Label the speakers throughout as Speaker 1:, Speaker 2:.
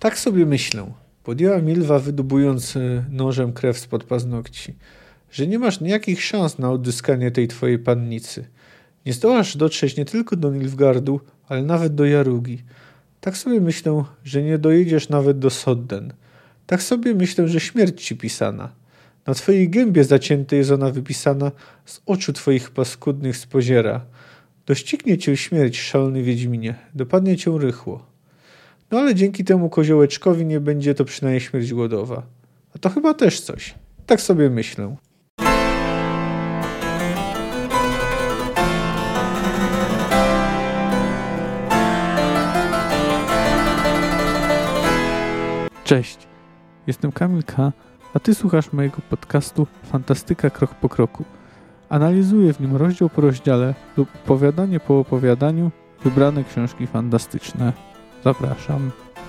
Speaker 1: Tak sobie myślę, podjęła Milwa, wydubując nożem krew spod paznokci, że nie masz nijakich szans na odzyskanie tej twojej pannicy. Nie zdołasz dotrzeć nie tylko do Nilfgaardu, ale nawet do Jarugi. Tak sobie myślę, że nie dojedziesz nawet do Sodden. Tak sobie myślę, że śmierć ci pisana. Na twojej gębie zaciętej jest ona wypisana, z oczu twoich paskudnych spoziera. Doścignie cię śmierć, szalony wiedźminie, dopadnie cię rychło. No ale dzięki temu koziołeczkowi nie będzie to przynajmniej śmierć głodowa. A to chyba też coś. Tak sobie myślę.
Speaker 2: Cześć, jestem Kamil K., a Ty słuchasz mojego podcastu Fantastyka Krok po Kroku. Analizuję w nim rozdział po rozdziale lub opowiadanie po opowiadaniu wybrane książki fantastyczne. Zapraszam.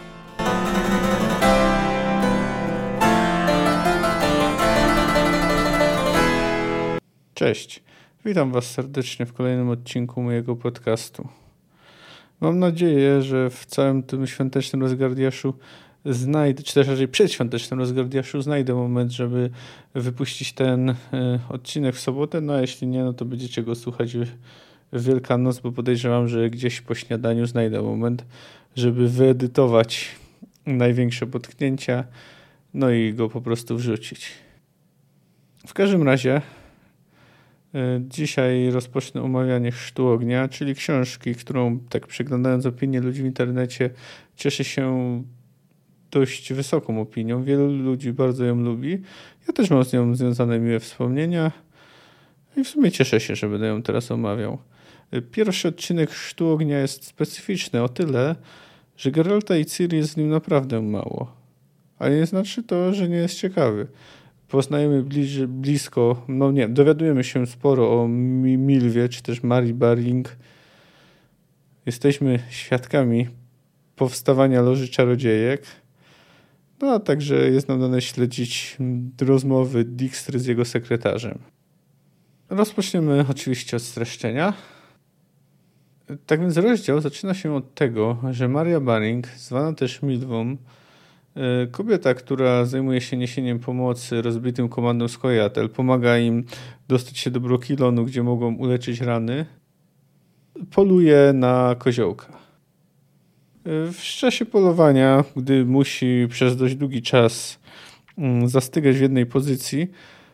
Speaker 1: Cześć, witam Was serdecznie w kolejnym odcinku mojego podcastu. Mam nadzieję, że w całym tym świątecznym rozgardiaszu czy też raczej przedświątecznym rozgardiaszu znajdę moment, żeby wypuścić ten odcinek w sobotę, no a jeśli nie, no to będziecie go słuchać w Wielkanoc, bo podejrzewam, że gdzieś po śniadaniu znajdę moment, żeby wyedytować największe potknięcia, no i go po prostu wrzucić. W każdym razie dzisiaj rozpocznę omawianie Chrztu Ognia, czyli książki, którą tak przeglądając opinie ludzi w internecie cieszy się dość wysoką opinią. Wielu ludzi bardzo ją lubi. Ja też mam z nią związane miłe wspomnienia i w sumie cieszę się, że będę ją teraz omawiał. Pierwszy odcinek Chrztu Ognia jest specyficzny o tyle, że Geralta i Ciri jest w nim naprawdę mało. Ale nie znaczy to, że nie jest ciekawy. Poznajemy blisko, dowiadujemy się sporo o Milwie, czy też Mari Baring. Jesteśmy świadkami powstawania Loży Czarodziejek. No a także jest nam dane śledzić rozmowy Dijkstry z jego sekretarzem. Rozpoczniemy oczywiście od streszczenia. Tak więc rozdział zaczyna się od tego, że Maria Baring, zwana też Milwą, kobieta, która zajmuje się niesieniem pomocy rozbitym komandom z Hoyatel, pomaga im dostać się do Brokilonu, gdzie mogą uleczyć rany, poluje na koziołka. W czasie polowania, gdy musi przez dość długi czas zastygać w jednej pozycji,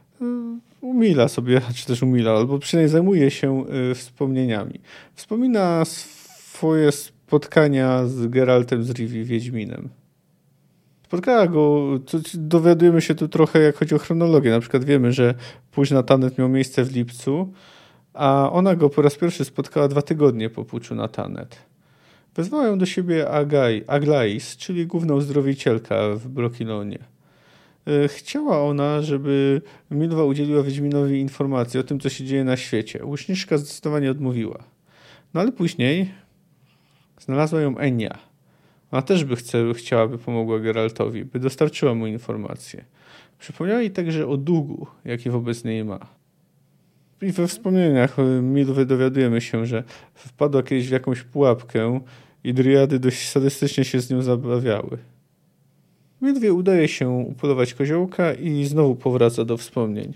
Speaker 1: albo przynajmniej zajmuje się wspomnieniami. Wspomina swoje spotkania z Geraltem z Rivii, Wiedźminem. Spotkała go, dowiadujemy się tu trochę jak chodzi o chronologię. Na przykład wiemy, że pójść na Tannet miał miejsce w lipcu, a ona go po raz pierwszy spotkała 2 tygodnie po pójściu na Tannet. Wezwała ją do siebie Aglais, czyli główna uzdrowicielka w Brokilonie. Chciała ona, żeby Milwa udzieliła Wiedźminowi informacji o tym, co się dzieje na świecie. Łuczniczka zdecydowanie odmówiła. No ale później znalazła ją Enya. Ona też chciałaby pomogła Geraltowi, by dostarczyła mu informacje. Przypomniała jej także o długu, jaki wobec niej ma. I we wspomnieniach Milwy dowiadujemy się, że wpadła kiedyś w jakąś pułapkę i driady dość sadystycznie się z nią zabawiały. Milwie udaje się upolować koziołka i znowu powraca do wspomnień.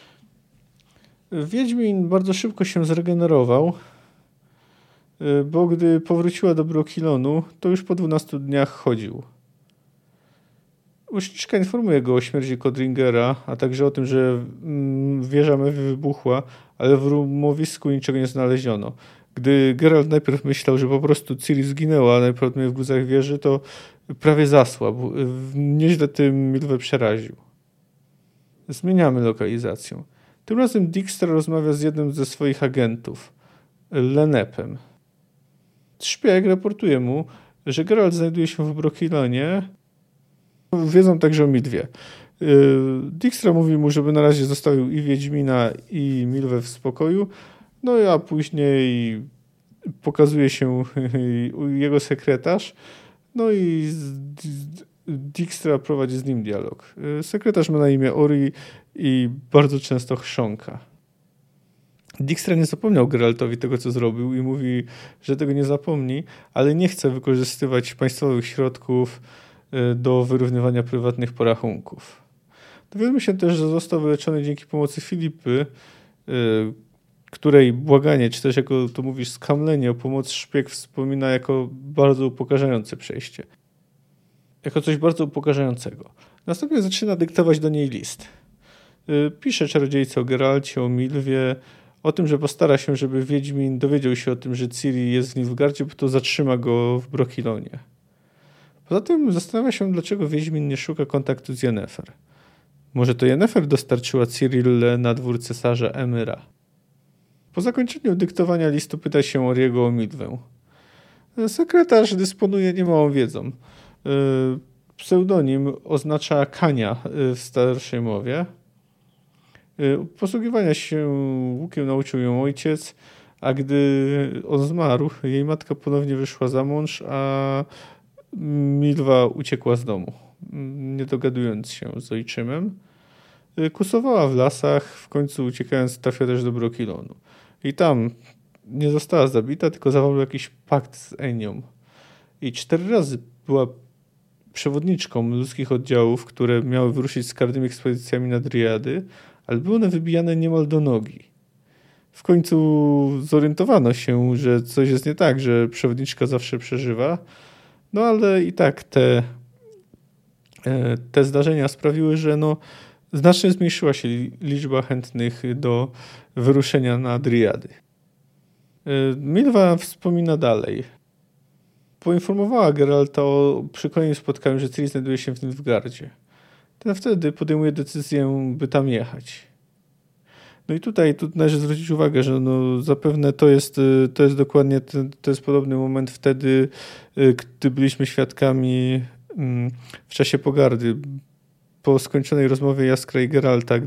Speaker 1: Wiedźmin bardzo szybko się zregenerował, bo gdy powróciła do Brokilonu, to już po 12 dniach chodził. Łuczniczka informuje go o śmierci Codringera, a także o tym, że wieża Mewy wybuchła, ale w rumowisku niczego nie znaleziono. Gdy Geralt najpierw myślał, że po prostu Ciri zginęła najprawdopodobniej w guzach wieży, to prawie zasłabł. Nieźle tym Milwę przeraził. Zmieniamy lokalizację. Tym razem Dijkstra rozmawia z jednym ze swoich agentów, Lennepem. Szpieg raportuje mu, że Geralt znajduje się w Brokilonie. Wiedzą także o Milwie. Dijkstra mówi mu, żeby na razie zostawił i Wiedźmina, i Milwę w spokoju, no a później pokazuje się jego sekretarz, no i Dijkstra prowadzi z nim dialog. Sekretarz ma na imię Ori i bardzo często chrząka. Dijkstra nie zapomniał Geraltowi tego, co zrobił i mówi, że tego nie zapomni, ale nie chce wykorzystywać państwowych środków do wyrównywania prywatnych porachunków. Dowiemy się też, że został wyleczony dzięki pomocy Filipy, której błaganie, czy też jako tu mówisz skamlenie o pomoc szpieg wspomina jako bardzo upokarzające przejście. Jako coś bardzo upokarzającego. Następnie zaczyna dyktować do niej list. Pisze czarodziejce o Geralcie, o Milwie, o tym, że postara się, żeby Wiedźmin dowiedział się o tym, że Ciri jest w Nilfgaardzie, bo to zatrzyma go w Brokilonie. Poza tym zastanawia się, dlaczego Wiedźmin nie szuka kontaktu z Yennefer. Może to Yennefer dostarczyła Cyrillę na dwór cesarza Emyra. Po zakończeniu dyktowania listu pyta się Oriego o Milwę. Sekretarz dysponuje niemałą wiedzą. Pseudonim oznacza Kania w starszej mowie. Posługiwania się łukiem nauczył ją ojciec, a gdy on zmarł, jej matka ponownie wyszła za mąż, a Milwa uciekła z domu, nie dogadując się z ojczymem. Kusowała w lasach, w końcu uciekając trafia też do Brokilonu. I tam nie została zabita, tylko zawarł jakiś pakt z Enią. I 4 razy była przewodniczką ludzkich oddziałów, które miały wyruszyć z karnymi ekspedycjami na Driady, ale były one wybijane niemal do nogi. W końcu zorientowano się, że coś jest nie tak, że przewodniczka zawsze przeżywa, no ale i tak te zdarzenia sprawiły, że znacznie zmniejszyła się liczba chętnych do wyruszenia na Driady. Milwa wspomina dalej. Poinformowała Geralta przy kolejnym spotkaniu, że Ciri znajduje się w Nilfgaardzie. Ten wtedy podejmuje decyzję, by tam jechać. No i tutaj należy zwrócić uwagę, że zapewne to jest dokładnie to jest podobny moment wtedy, gdy byliśmy świadkami w czasie pogardy. Po skończonej rozmowie Jaskra i Geralta,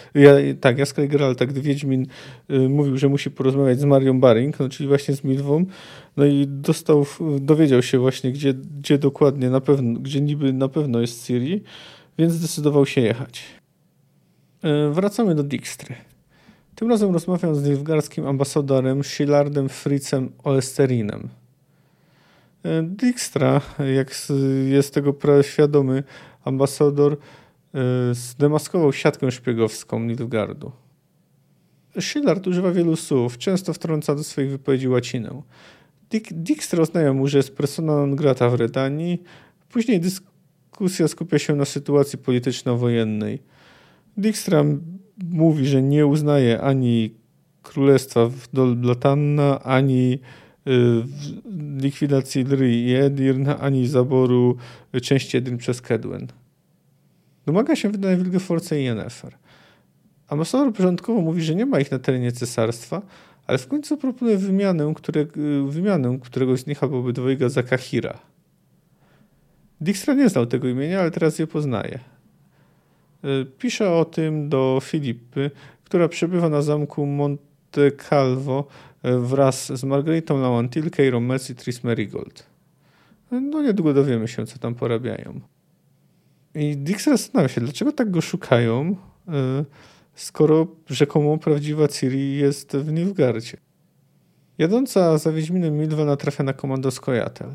Speaker 1: gdy Wiedźmin mówił, że musi porozmawiać z Marią Baring, czyli właśnie z Milwą, no i dowiedział się właśnie, gdzie dokładnie gdzie niby na pewno jest Ciri, więc zdecydował się jechać. Wracamy do Dijkstry. Tym razem rozmawiam z nilfgaardzkim ambasadorem Shelardem Fritzem Oesterinem. Dijkstra, jak jest tego świadomy ambasador, zdemaskował siatkę szpiegowską Nilfgaardu. Shellard używa wielu słów, często wtrąca do swoich wypowiedzi łacinę. Dijkstra oznajmia mu, że jest persona non grata w Redanii. Później dyskusja skupia się na sytuacji polityczno-wojennej. Dijkstra mówi, że nie uznaje ani królestwa w Dol Blatanna, ani likwidacji Dry i Edirn, ani zaboru części Edirn przez Kedwen. Domaga się wydania Wilgefortza i Yennefer. Ambasador początkowo mówi, że nie ma ich na terenie cesarstwa, ale w końcu proponuje wymianę któregoś z nich albo obydwojga za Kahira. Dijkstra nie znał tego imienia, ale teraz je poznaje. Pisze o tym do Filipy, która przebywa na zamku Monte Calvo wraz z Margaritą Lawantil, Keirą Metz i Tris Merigold. Niedługo dowiemy się, co tam porabiają. I Dijkstra zastanawia się, dlaczego tak go szukają, skoro rzekomo prawdziwa Ciri jest w Nilfgaardzie. Jadąca za Wiedźminem Milwa natrafia na komando Skojatel.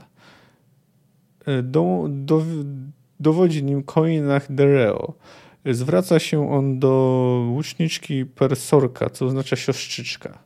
Speaker 1: Dowodzi nim Koinach Dereo. Zwraca się on do łuczniczki Persorka, co oznacza siostrzyczka.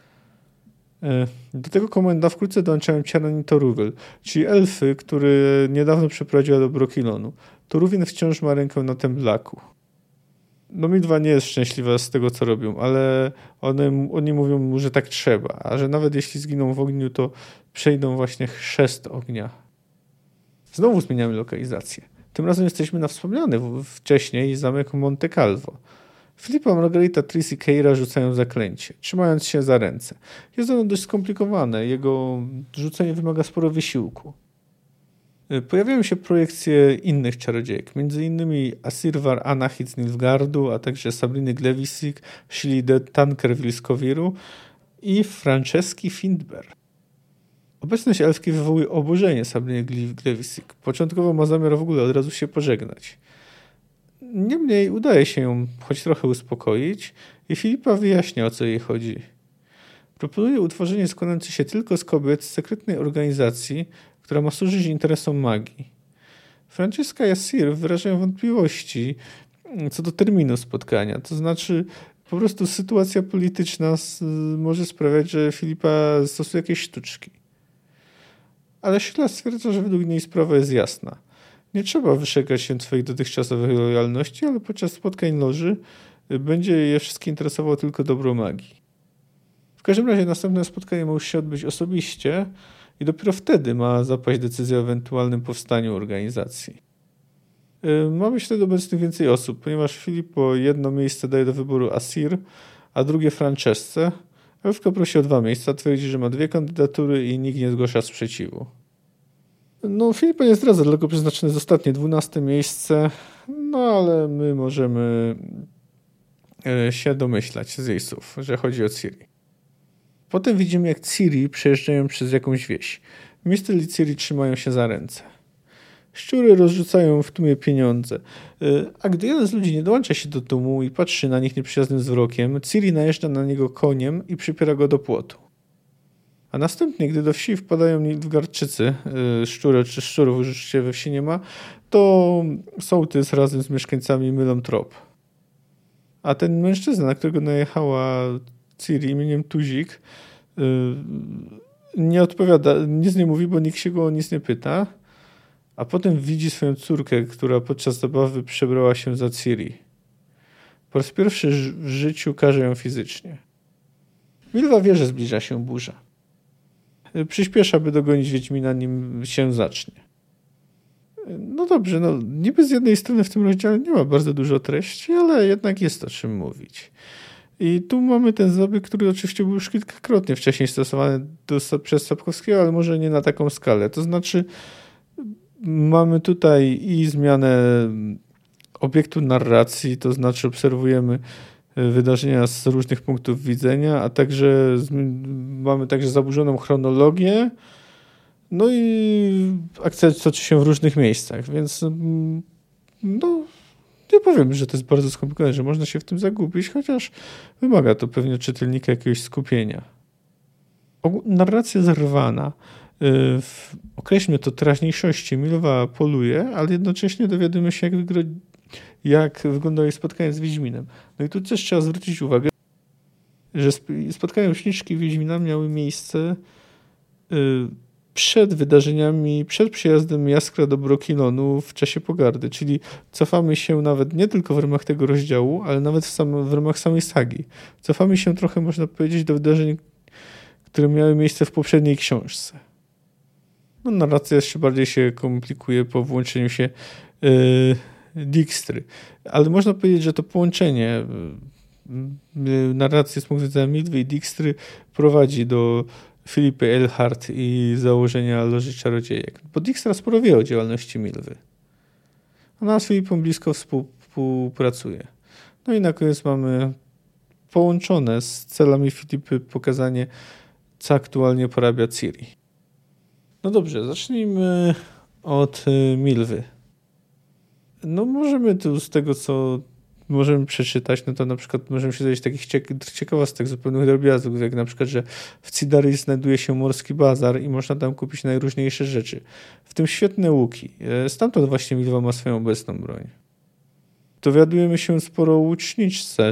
Speaker 1: Do tego komenda wkrótce dołączają Ciaran i Torugel, czyli elfy, które niedawno przeprowadziła do Brokilonu. Toruvin wciąż ma rękę na Temblaku. Milwa nie jest szczęśliwa z tego, co robią, ale oni mówią mu, że tak trzeba, a że nawet jeśli zginą w ogniu, to przejdą właśnie chrzest ognia. Znowu zmieniamy lokalizację. Tym razem jesteśmy na wspomniany wcześniej zamek Monte Calvo. Filipa, Margarita, Tris i Keira rzucają zaklęcie, trzymając się za ręce. Jest ono dość skomplikowane, jego rzucenie wymaga sporo wysiłku. Pojawiają się projekcje innych czarodziejek, m.in. Asirvar Anahit z Nilfgaardu, a także Sabriny Glewisik, Shilide Tankerville z Kowiru i Franceski Findber. Obecność elfki wywołuje oburzenie Sabriny Glewisik. Początkowo ma zamiar w ogóle od razu się pożegnać. Niemniej udaje się ją choć trochę uspokoić i Filipa wyjaśnia, o co jej chodzi. Proponuje utworzenie składającej się tylko z kobiet z sekretnej organizacji, która ma służyć interesom magii. Francesca i Asir wyrażają wątpliwości co do terminu spotkania. To znaczy po prostu sytuacja polityczna może sprawiać, że Filipa stosuje jakieś sztuczki. Ale Sheila stwierdza, że według niej sprawa jest jasna. Nie trzeba wyszekać się swoich dotychczasowych lojalności, ale podczas spotkań loży będzie je wszystkie interesowało tylko dobro magii. W każdym razie następne spotkanie ma już się odbyć osobiście i dopiero wtedy ma zapaść decyzja o ewentualnym powstaniu organizacji. Ma być wtedy obecnych więcej osób, ponieważ Filippo jedno miejsce daje do wyboru Asir, a drugie Francesce. Elfka prosi o 2 miejsca, twierdzi, że ma 2 kandydatury i nikt nie zgłasza sprzeciwu. Filippo nie zdradza, dlatego przeznaczone jest ostatnie 12 miejsce, ale my możemy się domyślać z jej słów, że chodzi o Ciri. Potem widzimy, jak Ciri przejeżdżają przez jakąś wieś. Mister i Ciri trzymają się za ręce. Szczury rozrzucają w tłumie pieniądze, a gdy jeden z ludzi nie dołącza się do tłumu i patrzy na nich nieprzyjaznym wzrokiem, Ciri najeżdża na niego koniem i przypiera go do płotu. A następnie, gdy do wsi wpadają Nilfgaardczycy, szczury czy szczurów już oczywiście we wsi nie ma, to sołtys razem z mieszkańcami mylą trop. A ten mężczyzna, na którego najechała Ciri imieniem Tuzik, nie odpowiada, nic nie mówi, bo nikt się go o nic nie pyta, a potem widzi swoją córkę, która podczas zabawy przebrała się za Ciri. Po raz pierwszy w życiu karze ją fizycznie. Milwa wie, że zbliża się burza. Przyspiesza, by dogonić Wiedźmina, nim się zacznie. Dobrze, niby z jednej strony w tym rozdziale nie ma bardzo dużo treści, ale jednak jest o czym mówić. I tu mamy ten zabieg, który oczywiście był już kilkakrotnie wcześniej stosowany przez Sapkowskiego, ale może nie na taką skalę. To znaczy mamy tutaj i zmianę obiektu narracji, to znaczy obserwujemy wydarzenia z różnych punktów widzenia, a także mamy także zaburzoną chronologię, i akcja toczy się w różnych miejscach, więc nie powiem, że to jest bardzo skomplikowane, że można się w tym zagubić, chociaż wymaga to pewnie od czytelnika jakiegoś skupienia. Narracja zerwana. Określmy to teraźniejszości. Milwa poluje, ale jednocześnie dowiadujemy się, jak wygląda jej spotkanie z Wiedźminem. I tu też trzeba zwrócić uwagę, że spotkania Łuczniczki Wiedźmina miały miejsce przed wydarzeniami, przed przyjazdem Jaskra do Brokilonu w czasie pogardy, czyli cofamy się nawet nie tylko w ramach tego rozdziału, ale nawet w ramach samej sagi. Cofamy się trochę, można powiedzieć, do wydarzeń, które miały miejsce w poprzedniej książce. Narracja jeszcze bardziej się komplikuje po włączeniu się Dijkstry. Ale można powiedzieć, że to połączenie narracji z punktu widzenia Milwy i Dijkstry prowadzi do Filipy Eilhart i założenia Loży Czarodziejek. Bo Dijkstra sporo wie o działalności Milwy. Ona z Filipą blisko współpracuje. I na koniec mamy połączone z celami Filipy pokazanie, co aktualnie porabia Ciri. Dobrze, zacznijmy od Milwy. Możemy tu z tego, co możemy przeczytać, to na przykład możemy się dowiedzieć takich ciekawostek, zupełnych drobiazgów, jak na przykład, że w Cidaris znajduje się morski bazar i można tam kupić najróżniejsze rzeczy, w tym świetne łuki. Stamtąd właśnie Milwa ma swoją obecną broń. Dowiadujemy się sporo o łuczniczce,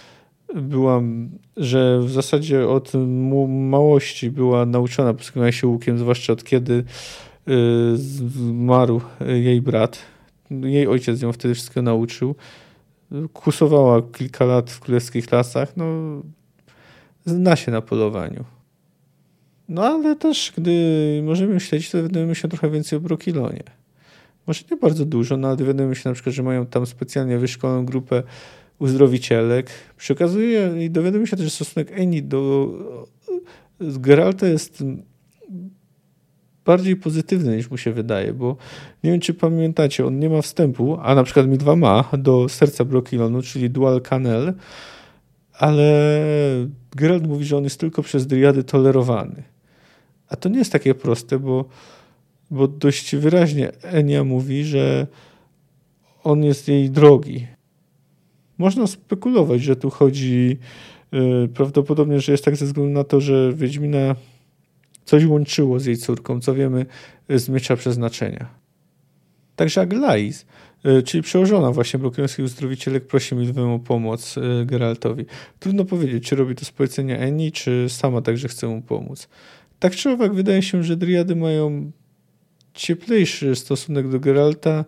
Speaker 1: że w zasadzie od małości była nauczona posługiwania się łukiem, zwłaszcza od kiedy zmarł jej brat. Jej ojciec ją wtedy wszystko nauczył. Kursowała kilka lat w królewskich lasach. Zna się na polowaniu. Ale też, gdy możemy śledzić, to dowiadujemy się trochę więcej o Brokilonie. Może nie bardzo dużo, ale dowiadujemy się na przykład, że mają tam specjalnie wyszkoloną grupę uzdrowicielek. I dowiadujemy się też, że stosunek Eni do Geralta jest bardziej pozytywny niż mu się wydaje, bo nie wiem, czy pamiętacie, on nie ma wstępu, a na przykład Milwa ma do serca Brokilonu, czyli Dual Canal, ale Geralt mówi, że on jest tylko przez Dryady tolerowany. A to nie jest takie proste, bo dość wyraźnie Enia mówi, że on jest jej drogi. Można spekulować, że tu chodzi prawdopodobnie, że jest tak ze względu na to, że Wiedźmina coś łączyło z jej córką, co wiemy z Miecza Przeznaczenia. Także Aglaïs, czyli przełożona właśnie Brooklyński uzdrowicielek, prosi Milwę o pomoc Geraltowi. Trudno powiedzieć, czy robi to z polecenia Eni, czy sama także chce mu pomóc. Tak czy owak wydaje się, że Driady mają cieplejszy stosunek do Geralta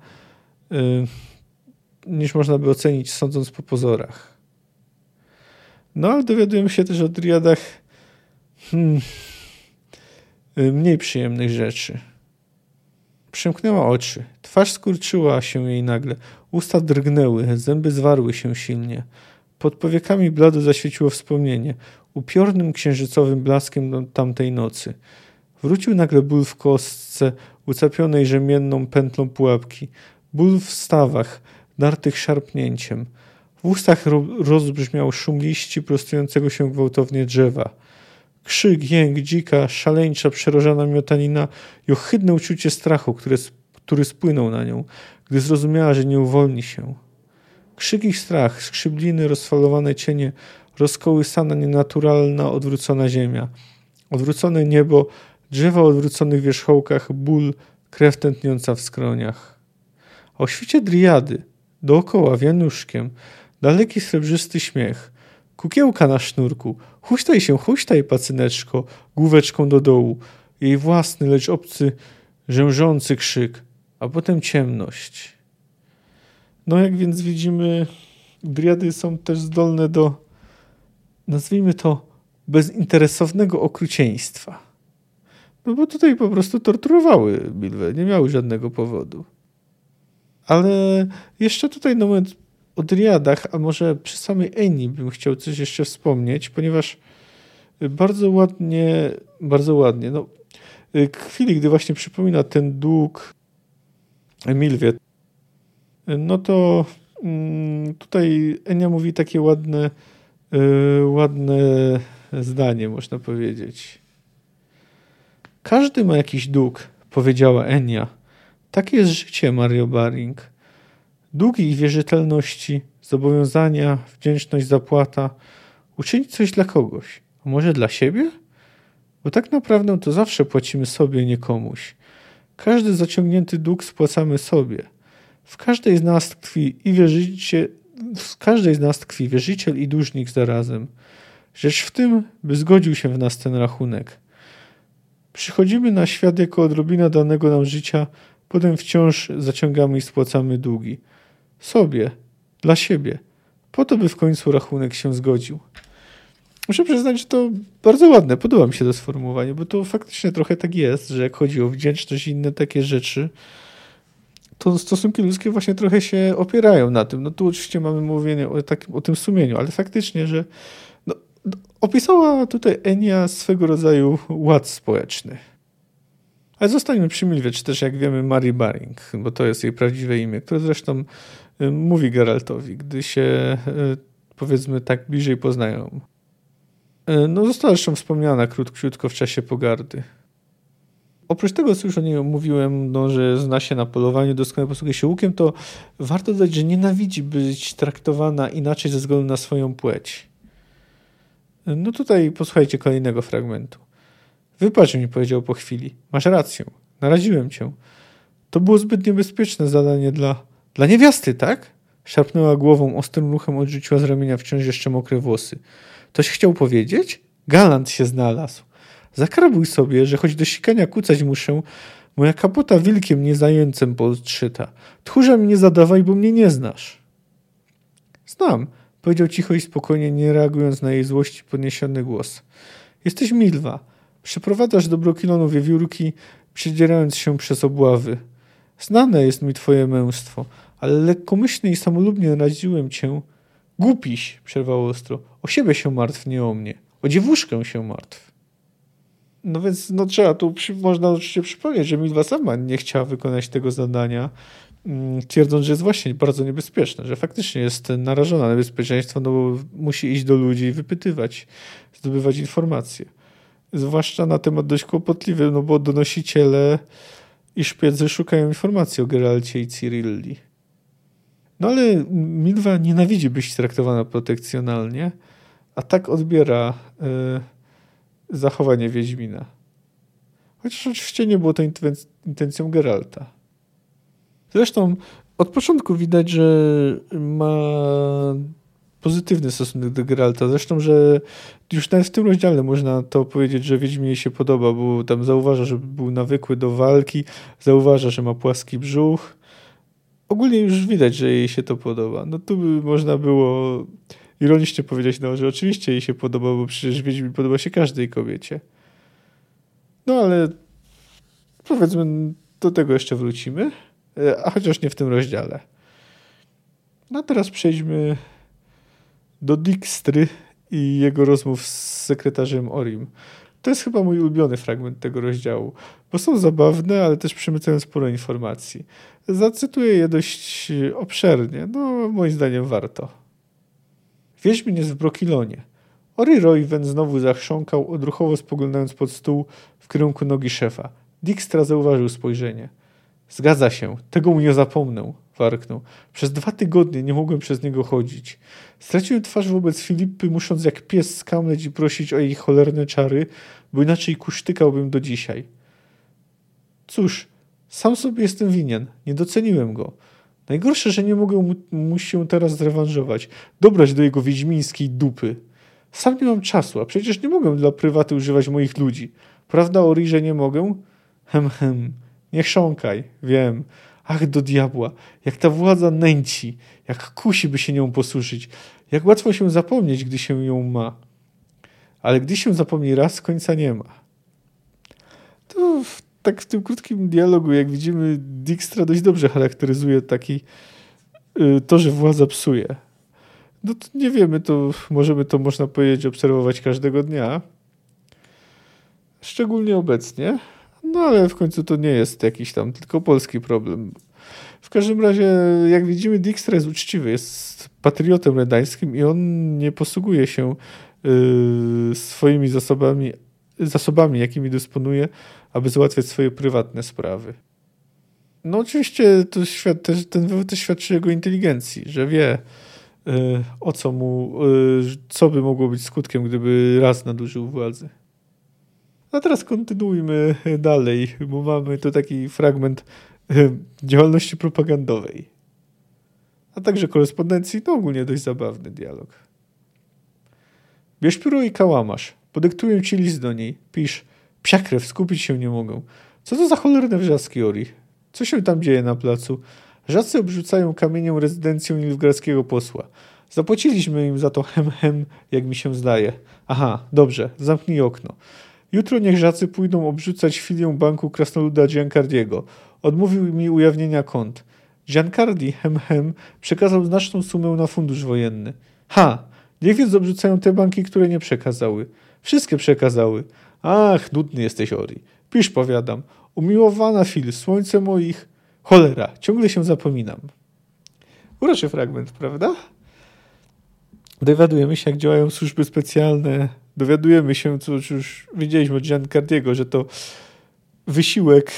Speaker 1: niż można by ocenić, sądząc po pozorach. No ale dowiadujemy się też o Driadach mniej przyjemnych rzeczy. Przymknęła oczy. Twarz skurczyła się jej nagle. Usta drgnęły, zęby zwarły się silnie. Pod powiekami blado zaświeciło wspomnienie, upiornym księżycowym blaskiem tamtej nocy. Wrócił nagle ból w kostce, ucepionej rzemienną pętlą pułapki. Ból w stawach, dartych szarpnięciem. W ustach rozbrzmiał szum liści prostującego się gwałtownie drzewa. Krzyk, jęk, dzika, szaleńcza, przerażona miotanina i ohydne uczucie strachu, który spłynął na nią, gdy zrozumiała, że nie uwolni się. Krzyk i strach, skrzybliny, rozfalowane cienie, rozkołysana, nienaturalna, odwrócona ziemia. Odwrócone niebo, drzewa o odwróconych wierzchołkach, ból, krew tętniąca w skroniach. A o świcie driady, dookoła, wianuszkiem, daleki srebrzysty śmiech, kukiełka na sznurku, huśtaj, pacyneczko, główeczką do dołu, jej własny, lecz obcy, rzężący krzyk, a potem ciemność. No jak więc widzimy, driady są też zdolne do, nazwijmy to, bezinteresownego okrucieństwa. No bo tutaj po prostu torturowały Milwę, nie miały żadnego powodu. Ale jeszcze tutaj na moment o driadach, a może przy samej Eni bym chciał coś jeszcze wspomnieć, ponieważ bardzo ładnie, no, w chwili, gdy właśnie przypomina ten dług Milwie, no to tutaj Enia mówi takie ładne zdanie, można powiedzieć. Każdy ma jakiś dług, powiedziała Enia. Takie jest życie, Mario Baring. Długi i wierzytelności, zobowiązania, wdzięczność, zapłata. Uczynić coś dla kogoś. A może dla siebie? Bo tak naprawdę to zawsze płacimy sobie, nie komuś. Każdy zaciągnięty dług spłacamy sobie. W każdej z nas tkwi wierzyciel i dłużnik zarazem. Rzecz w tym, by zgodził się w nas ten rachunek. Przychodzimy na świat jako odrobina danego nam życia, potem wciąż zaciągamy i spłacamy długi. Sobie, dla siebie, po to, by w końcu rachunek się zgodził. Muszę przyznać, że to bardzo ładne, podoba mi się to sformułowanie, bo to faktycznie trochę tak jest, że jak chodzi o wdzięczność i inne takie rzeczy, to stosunki ludzkie właśnie trochę się opierają na tym. No tu oczywiście mamy mówienie o tym sumieniu, ale faktycznie, że opisała tutaj Enia swego rodzaju ład społeczny. Ale zostańmy przy Milwie, czy też jak wiemy Mary Baring, bo to jest jej prawdziwe imię, które zresztą mówi Geraltowi, gdy się powiedzmy tak bliżej poznają. No została zresztą wspomniana krótko w czasie pogardy. Oprócz tego, co już o niej mówiłem, że zna się na polowaniu, doskonale posługuje się łukiem, to warto dodać, że nienawidzi być traktowana inaczej ze względu na swoją płeć. No tutaj posłuchajcie kolejnego fragmentu. Wybacz mi, powiedział po chwili. Masz rację. Naraziłem cię. To było zbyt niebezpieczne zadanie dla niewiasty, tak? Szarpnęła głową, ostrym ruchem odrzuciła z ramienia wciąż jeszcze mokre włosy. Toś chciał powiedzieć? Galant się znalazł. Zakrabuj sobie, że choć do sikania kucać muszę, moja kapota wilkiem nie zajęcem podszyta. Tchórza mi nie zadawaj, bo mnie nie znasz. Znam, powiedział cicho i spokojnie, nie reagując na jej złości podniesiony głos. Jesteś Milwa. Przeprowadzasz do Brokilonu wiewiórki, przedzierając się przez obławy. Znane jest mi twoje męstwo, ale lekkomyślnie i samolubnie naraziłem cię. Głupiś, przerwał ostro. O siebie się martw, nie o mnie. O dziewuszkę się martw. No więc trzeba tu, można oczywiście przypomnieć, że Milwa sama nie chciała wykonać tego zadania, twierdząc, że jest właśnie bardzo niebezpieczne, że faktycznie jest narażona na niebezpieczeństwo, no bo musi iść do ludzi i wypytywać, zdobywać informacje. Zwłaszcza na temat dość kłopotliwy, no bo donosiciele i szpiedzy szukają informacji o Geralcie i Cyrilli. No ale Milwa nienawidzi być traktowana protekcjonalnie, a tak odbiera zachowanie Wiedźmina. Chociaż oczywiście nie było to intencją Geralta. Zresztą od początku widać, że ma pozytywny stosunek do Geralta. Zresztą, że już nawet w tym rozdziale można to powiedzieć, że Wiedźmin jej się podoba, bo tam zauważa, że był nawykły do walki, zauważa, że ma płaski brzuch. Ogólnie już widać, że jej się to podoba. No tu by można było ironicznie powiedzieć, no, że oczywiście jej się podoba, bo przecież Wiedźmin podoba się każdej kobiecie. No ale powiedzmy, do tego jeszcze wrócimy, a chociaż nie w tym rozdziale. No teraz przejdźmy do Dijkstry i jego rozmów z sekretarzem Orim. To jest chyba mój ulubiony fragment tego rozdziału, bo są zabawne, ale też przemycają sporo informacji. Zacytuję je dość obszernie, no moim zdaniem warto. Wiedźmin jest w Brokilonie. Ori Royven znowu zachrząkał, odruchowo spoglądając pod stół w kierunku nogi szefa. Dijkstra zauważył spojrzenie. Zgadza się, tego mu nie zapomnę, warknął. Przez 2 tygodnie nie mogłem przez niego chodzić. Straciłem twarz wobec Filipy, musząc jak pies skamleć i prosić o jej cholerne czary, bo inaczej kusztykałbym do dzisiaj. Cóż, sam sobie jestem winien, nie doceniłem go. Najgorsze, że nie mogę mu się teraz zrewanżować, dobrać do jego wiedźmińskiej dupy. Sam nie mam czasu, a przecież nie mogę dla prywaty używać moich ludzi. Prawda, Ori, że nie mogę? Nie chrząkaj, wiem. Ach, do diabła, jak ta władza nęci, jak kusi, by się nią posłużyć, jak łatwo się zapomnieć, gdy się ją ma. Ale gdy się zapomni raz, końca nie ma. To tak w tym krótkim dialogu, jak widzimy, Dijkstra dość dobrze charakteryzuje to, że władza psuje. No to nie wiemy, to możemy to, można powiedzieć, obserwować każdego dnia. Szczególnie obecnie. No ale w końcu to nie jest jakiś tam tylko polski problem. W każdym razie, jak widzimy, Dijkstra jest uczciwy, jest patriotem redańskim i on nie posługuje się swoimi zasobami, jakimi dysponuje, aby załatwiać swoje prywatne sprawy. No oczywiście ten wywód też świadczy o jego inteligencji, że wie co by mogło być skutkiem, gdyby raz nadużył władzy. A teraz kontynuujmy dalej, bo mamy tu taki fragment działalności propagandowej, a także korespondencji, no ogólnie dość zabawny dialog. Bierz pióro i kałamarz, podyktuję ci list do niej, pisz, psia krew, skupić się nie mogę. Co to za cholerne wrzaski, Ori? Co się tam dzieje na placu? Żacy obrzucają kamieniem rezydencję nilfgaardzkiego posła. Zapłaciliśmy im za to jak mi się zdaje. Aha, dobrze, zamknij okno. Jutro niech żacy pójdą obrzucać filię banku krasnoluda Giancardiego. Odmówił mi ujawnienia kont. Giancardi, przekazał znaczną sumę na fundusz wojenny. Niech więc obrzucają te banki, które nie przekazały. Wszystkie przekazały. Ach, nudny jesteś, Ori. Pisz, powiadam. Umiłowana Fil, słońce moich... Cholera, ciągle się zapominam. Uroczy fragment, prawda? Dowiadujemy się, jak działają służby specjalne. Dowiadujemy się, co już widzieliśmy od Giancardiego, że to wysiłek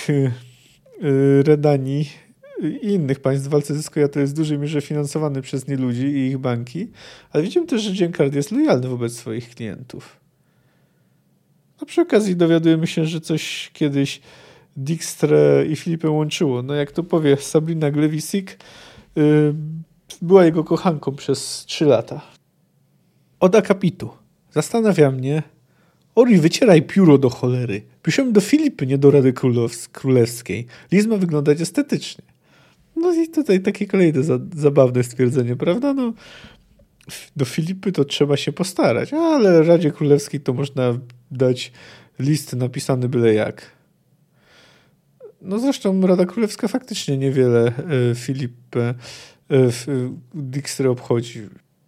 Speaker 1: Redanii i innych państw w walce ze Skoja to jest w dużej mierze finansowany przez nieludzi i ich banki, ale widzimy też, że Giancardi jest lojalny wobec swoich klientów. A przy okazji dowiadujemy się, że coś kiedyś Dijkstrę i Filipę łączyło. No jak to powie Sabrina Glewisik, była jego kochanką przez 3 lata. Od akapitu. Zastanawia mnie, Ori, wycieraj pióro do cholery. Piszemy do Filipy, nie do Rady Królewskiej. List ma wyglądać estetycznie. No i tutaj takie kolejne zabawne stwierdzenie, prawda? No, do Filipy to trzeba się postarać, ale Radzie Królewskiej to można dać list napisany byle jak. No zresztą Rada Królewska faktycznie niewiele Filipę Dijkstrę obchodzi.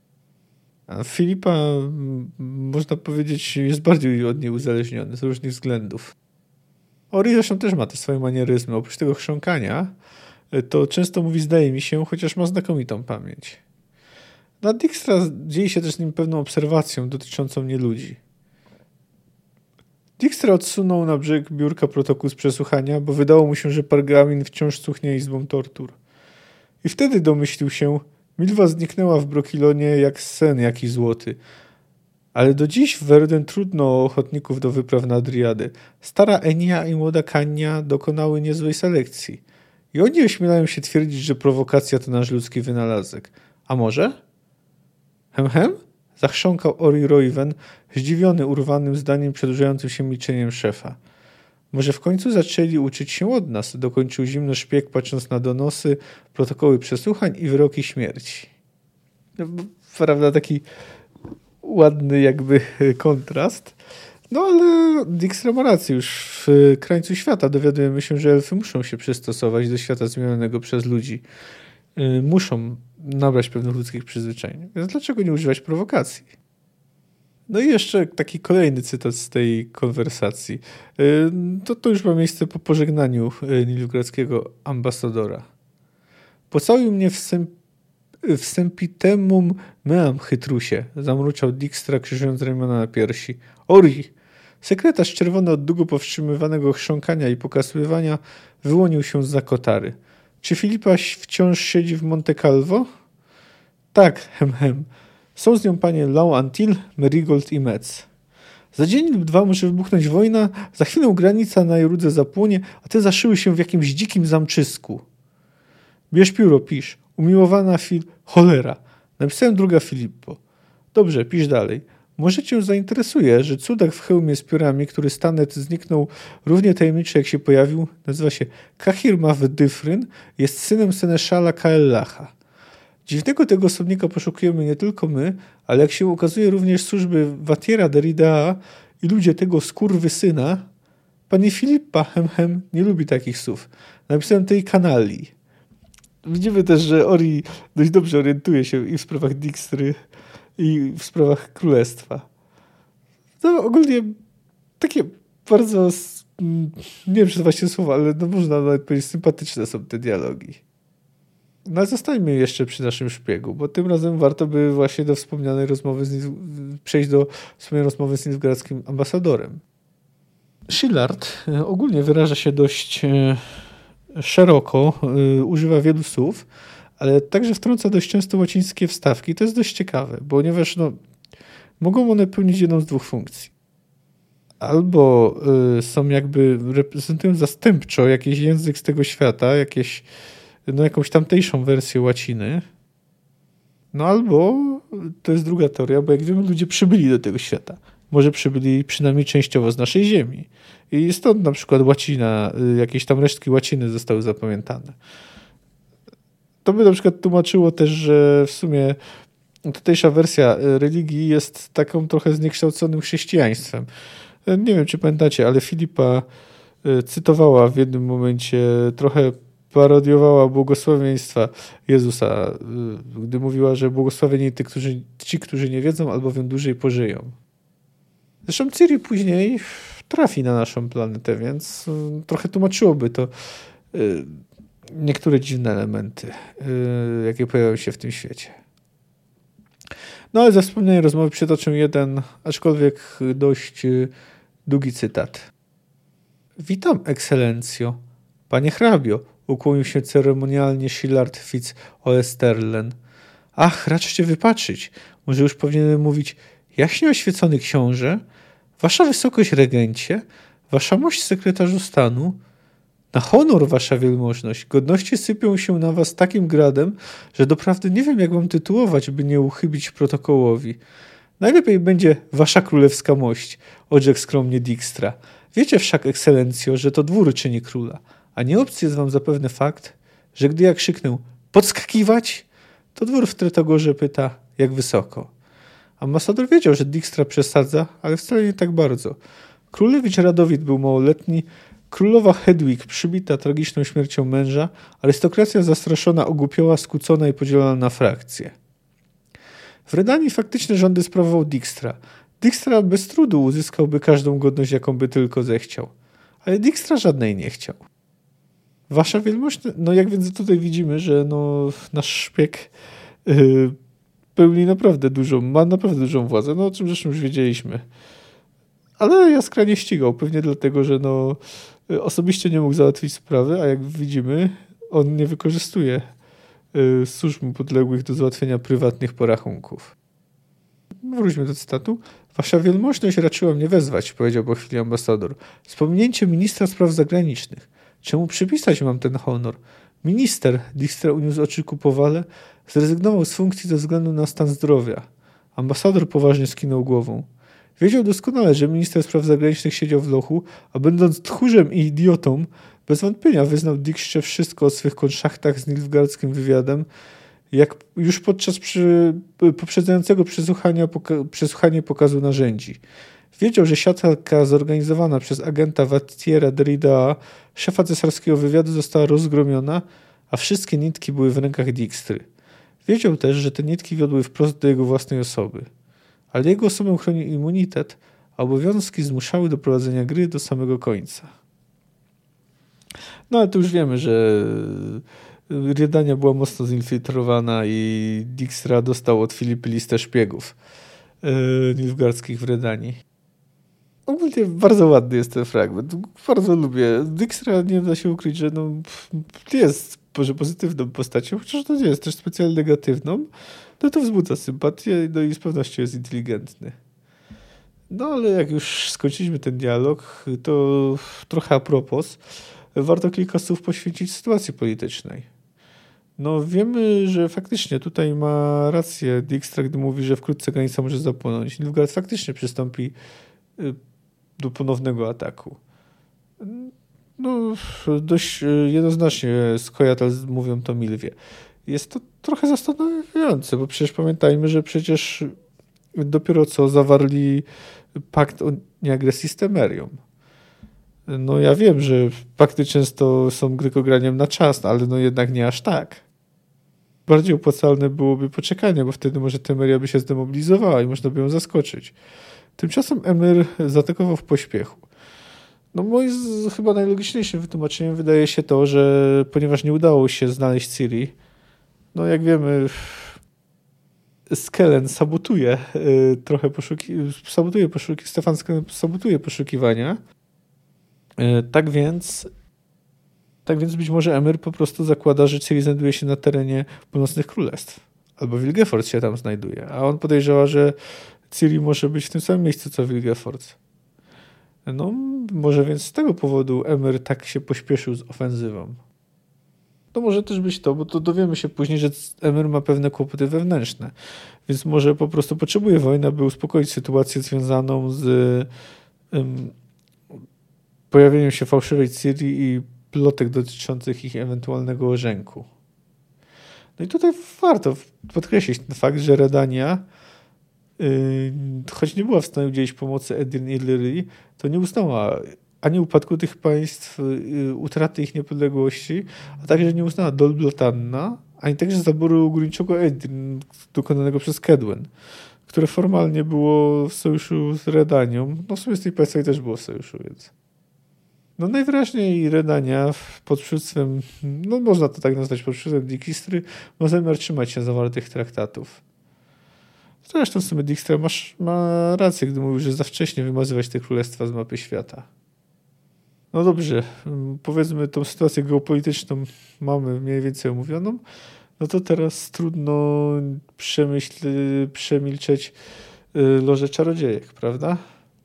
Speaker 1: A Filipa, można powiedzieć, jest bardziej od niej uzależniony z różnych względów. Ori zresztą też ma te swoje manieryzmy. Oprócz tego chrząkania, to często mówi zdaje mi się, chociaż ma znakomitą pamięć. Na Dijkstra dzieje się też z nim pewną obserwacją dotyczącą nieludzi. Dijkstra odsunął na brzeg biurka protokół z przesłuchania, bo wydało mu się, że pergamin wciąż cuchnie izbą tortur. I wtedy domyślił się, Milwa zniknęła w Brokilonie jak sen jakiś złoty. Ale do dziś w Werden trudno o ochotników do wypraw na Driady. Stara Enia i młoda Kania dokonały niezłej selekcji. I oni ośmielają się twierdzić, że prowokacja to nasz ludzki wynalazek. A może? Hem? Zachrząkał Ori Roiven, zdziwiony urwanym zdaniem przedłużającym się milczeniem szefa. Może w końcu zaczęli uczyć się od nas, dokończył zimno szpieg, patrząc na donosy, protokoły przesłuchań i wyroki śmierci. No, prawda, taki ładny jakby kontrast. No ale Dijkstra ma rację, już w krańcu świata dowiadujemy się, że elfy muszą się przystosować do świata zmienionego przez ludzi. Muszą nabrać pewnych ludzkich przyzwyczajeń. Więc dlaczego nie używać prowokacji? No i jeszcze taki kolejny cytat z tej konwersacji. To już ma miejsce po pożegnaniu nilfgaardzkiego ambasadora. Pocałuj mnie wstępitemum meam, chytrusie, zamruczał Dijkstra, krzyżując ramiona na piersi. Ori! Sekretarz czerwony od długo powstrzymywanego chrząkania i pokasływania wyłonił się zza kotary. Czy Filipa wciąż siedzi w Monte Calvo? Tak, hem. Są z nią panie Lau-Antil, Merigold i Metz. Za dzień lub dwa może wybuchnąć wojna, za chwilę granica na Jerudze zapłonie, a te zaszyły się w jakimś dzikim zamczysku. Bierz pióro, pisz. Umiłowana Cholera. Napisałem druga Filippo. Dobrze, pisz dalej. Może cię zainteresuje, że cudak w hełmie z piórami, który Stanet zniknął równie tajemniczy jak się pojawił, nazywa się Kahir Maw-Dyfryn, jest synem seneszala Kaellacha. Dziwnego tego osobnika poszukujemy nie tylko my, ale jak się okazuje również służby Watiera Derridaa i ludzie tego skurwysyna. Pani Filippa nie lubi takich słów. Napisałem tej kanalii. Widzimy też, że Ori dość dobrze orientuje się i w sprawach Dijkstry, i w sprawach królestwa. To ogólnie takie bardzo, nie wiem, czy to właśnie słowa, ale no można nawet powiedzieć, sympatyczne są te dialogi. No ale zostańmy jeszcze przy naszym szpiegu, bo tym razem warto by właśnie do wspomnianej rozmowy przejść do wspomnianej rozmowy z nilfgaardzkim ambasadorem. Szilard ogólnie wyraża się dość szeroko, używa wielu słów, ale także wtrąca dość często łacińskie wstawki. To jest dość ciekawe, ponieważ mogą one pełnić jedną z dwóch funkcji. Albo są jakby, reprezentują zastępczo jakiś język z tego świata, jakąś tamtejszą wersję łaciny. No albo to jest druga teoria, bo jak wiemy, ludzie przybyli do tego świata. Może przybyli przynajmniej częściowo z naszej ziemi. I stąd na przykład łacina, jakieś tam resztki łaciny zostały zapamiętane. To by na przykład tłumaczyło też, że w sumie tutejsza wersja religii jest taką trochę zniekształconym chrześcijaństwem. Nie wiem, czy pamiętacie, ale Filipa cytowała w jednym momencie, trochę parodiowała błogosławieństwa Jezusa, gdy mówiła, że błogosławieni ci, którzy nie wiedzą, albowiem dłużej pożyją. Zresztą Ciri później trafi na naszą planetę, więc trochę tłumaczyłoby to niektóre dziwne elementy, jakie pojawiają się w tym świecie. No ale za wspomnienie rozmowy przytoczę jeden, aczkolwiek dość długi cytat. Witam, ekscelencjo. Panie hrabio, ukłonił się ceremonialnie Szilard Fitz Oesterlen. Ach, raczcie wypatrzyć. Może już powinienem mówić jaśnie oświecony książę, wasza wysokość regencie, wasza mość sekretarzu stanu. Na honor, wasza wielmożność, godności sypią się na was takim gradem, że doprawdy nie wiem, jak wam tytułować, by nie uchybić protokołowi. Najlepiej będzie wasza królewska mość, odrzekł skromnie Dijkstra. Wiecie wszak, ekscelencjo, że to dwór czyni króla, a nie obcy jest wam zapewne fakt, że gdy ja krzyknę podskakiwać, to dwór w Tretogorze pyta, jak wysoko. Ambasador wiedział, że Dijkstra przesadza, ale wcale nie tak bardzo. Królewicz Radowid był małoletni, królowa Hedwig przybita tragiczną śmiercią męża, arystokracja zastraszona, ogłupiała, skłócona i podzielona na frakcje. W Redanii faktyczne rządy sprawował Dijkstra. Dijkstra bez trudu uzyskałby każdą godność, jaką by tylko zechciał. Ale Dijkstra żadnej nie chciał. Wasza wielmość, jak więc tutaj widzimy, że nasz szpieg ma naprawdę dużą władzę, o czym zresztą już wiedzieliśmy. Ale Jaskra nie ścigał, pewnie dlatego, że osobiście nie mógł załatwić sprawy, a jak widzimy, on nie wykorzystuje służb mu podległych do załatwienia prywatnych porachunków. Wróćmy do cytatu. Wasza wielmożność raczyła mnie wezwać, powiedział po chwili ambasador. Z pominięciem ministra spraw zagranicznych. Czemu przypisać mam ten honor? Minister, Dijkstra uniósł oczy ku powale, zrezygnował z funkcji ze względu na stan zdrowia. Ambasador poważnie skinął głową. Wiedział doskonale, że minister spraw zagranicznych siedział w lochu, a będąc tchórzem i idiotą, bez wątpienia wyznał Dijkstrze wszystko o swych konszachtach z nilfgaardzkim wywiadem, jak już podczas poprzedzającego przesłuchanie pokazu narzędzi. Wiedział, że siatka zorganizowana przez agenta Wattiera Derridaa, szefa cesarskiego wywiadu, została rozgromiona, a wszystkie nitki były w rękach Dijkstry. Wiedział też, że te nitki wiodły wprost do jego własnej osoby. Ale jego osobę chronił immunitet, a obowiązki zmuszały do prowadzenia gry do samego końca. No ale to już wiemy, że Redania była mocno zinfiltrowana i Dijkstra dostał od Filipy listę szpiegów nilfgaardzkich w Redanii. Ogólnie bardzo ładny jest ten fragment. Bardzo lubię. Dijkstra, nie da się ukryć, że jest może pozytywną postacią, chociaż to nie jest też specjalnie negatywną. No to wzbudza sympatię, no i z pewnością jest inteligentny. No ale jak już skończyliśmy ten dialog, to trochę a propos, warto kilka słów poświęcić sytuacji politycznej. No wiemy, że faktycznie tutaj ma rację Dijkstra, gdy mówi, że wkrótce granica może zapłonąć. Nilfgaard faktycznie przystąpi do ponownego ataku. No dość jednoznacznie Skojatel mówią to Milwie. Jest to trochę zastanawiające, bo przecież pamiętajmy, że przecież dopiero co zawarli pakt o nieagresji z Temerią. No ja wiem, że pakty często są grykograniem na czas, ale no jednak nie aż tak. Bardziej opłacalne byłoby poczekanie, bo wtedy może Temeria by się zdemobilizowała i można by ją zaskoczyć. Tymczasem Emir zaatakował w pośpiechu. No moim chyba najlogiczniejszym wytłumaczeniem wydaje się to, że ponieważ nie udało się znaleźć Ciri, no jak wiemy, Skellen sabotuje trochę Stefan Skellen sabotuje poszukiwania. Tak więc być może Emir po prostu zakłada, że Ciri znajduje się na terenie Północnych Królestw. Albo Wilgefortz się tam znajduje. A on podejrzewa, że Ciri może być w tym samym miejscu co Wilgefortz. No może więc z tego powodu Emir tak się pośpieszył z ofensywą. To może też być to, bo to dowiemy się później, że Emir ma pewne kłopoty wewnętrzne. Więc może po prostu potrzebuje wojny, aby uspokoić sytuację związaną z pojawieniem się fałszywej Ciri i plotek dotyczących ich ewentualnego ożenku. No i tutaj warto podkreślić ten fakt, że Redania, choć nie była w stanie udzielić pomocy Edirn i Illyrii, to nie uznała ani upadku tych państw, utraty ich niepodległości, a także nie uznała Dol Blathanna, ani także zaboru górniczego Edirn dokonanego przez Cedwen, które formalnie było w sojuszu z Redanią. No w sumie z tej państwami też było w sojuszu, więc... No najwyraźniej Redania pod przywództwem, no można to tak nazwać, pod przywództwem Dijkstry ma zamiar trzymać się zawartych traktatów. Zresztą w sumie Dijkstra ma rację, gdy mówił, że za wcześnie wymazywać te królestwa z mapy świata. No dobrze, powiedzmy tą sytuację geopolityczną mamy mniej więcej omówioną, no to teraz trudno przemilczeć Lożę Czarodziejek, prawda?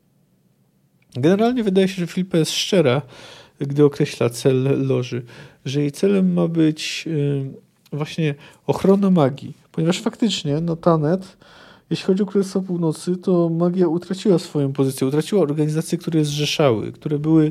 Speaker 1: Generalnie wydaje się, że Filipa jest szczera, gdy określa cel Loży, że jej celem ma być właśnie ochrona magii, ponieważ faktycznie Tanet, jeśli chodzi o Królestwo Północy, to magia utraciła swoją pozycję, utraciła organizacje, które je zrzeszały, które były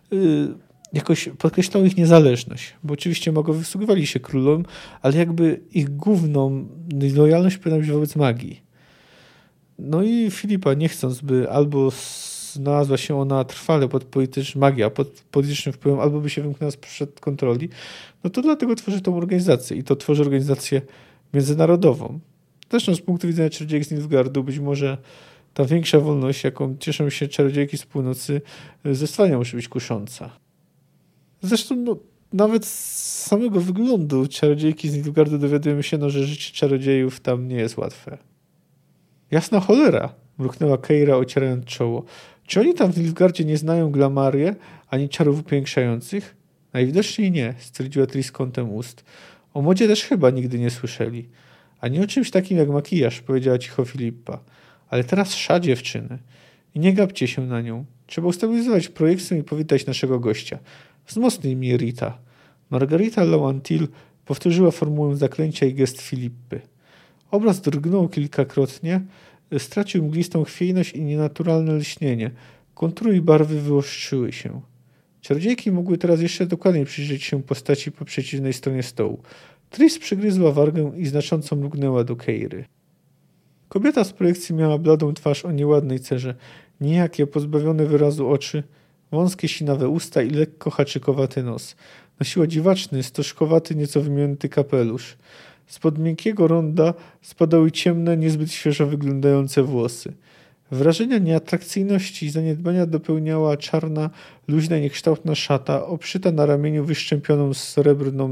Speaker 1: jakoś podkreślały ich niezależność, bo oczywiście magowie wysługiwali się królom, ale jakby ich główną lojalność powinna być wobec magii. No i Filipa, nie chcąc, by albo znalazła się ona trwale pod politycznym wpływem, albo by się wymknęła sprzed kontroli, no to dlatego tworzy tą organizację i to tworzy organizację międzynarodową. Zresztą z punktu widzenia czarodziejek z Nilfgaardu być może ta większa wolność, jaką cieszą się czarodziejki z północy, zesłania musi być kusząca. Zresztą nawet z samego wyglądu czarodziejki z Nilfgaardu dowiadujemy się, że życie czarodziejów tam nie jest łatwe. Jasna cholera, mruknęła Keira, ocierając czoło. Czy oni tam w Nilfgaardzie nie znają glamarie, ani czarów upiększających? Najwidoczniej nie, stwierdziła Tris kątem ust. O modzie też chyba nigdy nie słyszeli. Ani o czymś takim jak makijaż, powiedziała cicho Filipa. Ale teraz sza dziewczyny. I nie gapcie się na nią. Trzeba ustabilizować projekcję i powitać naszego gościa. Wzmocnij mi Rita. Margarita Lawantil powtórzyła formułę zaklęcia i gest Filipy. Obraz drgnął kilkakrotnie, stracił mglistą chwiejność i nienaturalne lśnienie. Kontury i barwy wyostrzyły się. Czarodziejki mogły teraz jeszcze dokładniej przyjrzeć się postaci po przeciwnej stronie stołu. Tris przygryzła wargę i znacząco mrugnęła do Keiry. Kobieta z projekcji miała bladą twarz o nieładnej cerze, nijakie, pozbawione wyrazu oczy, wąskie sinawe usta i lekko haczykowaty nos. Nosiła dziwaczny, stożkowaty, nieco wymięty kapelusz. Spod miękkiego ronda spadały ciemne, niezbyt świeżo wyglądające włosy. Wrażenia nieatrakcyjności i zaniedbania dopełniała czarna, luźna, niekształtna szata, obszyta na ramieniu wyszczępioną srebrną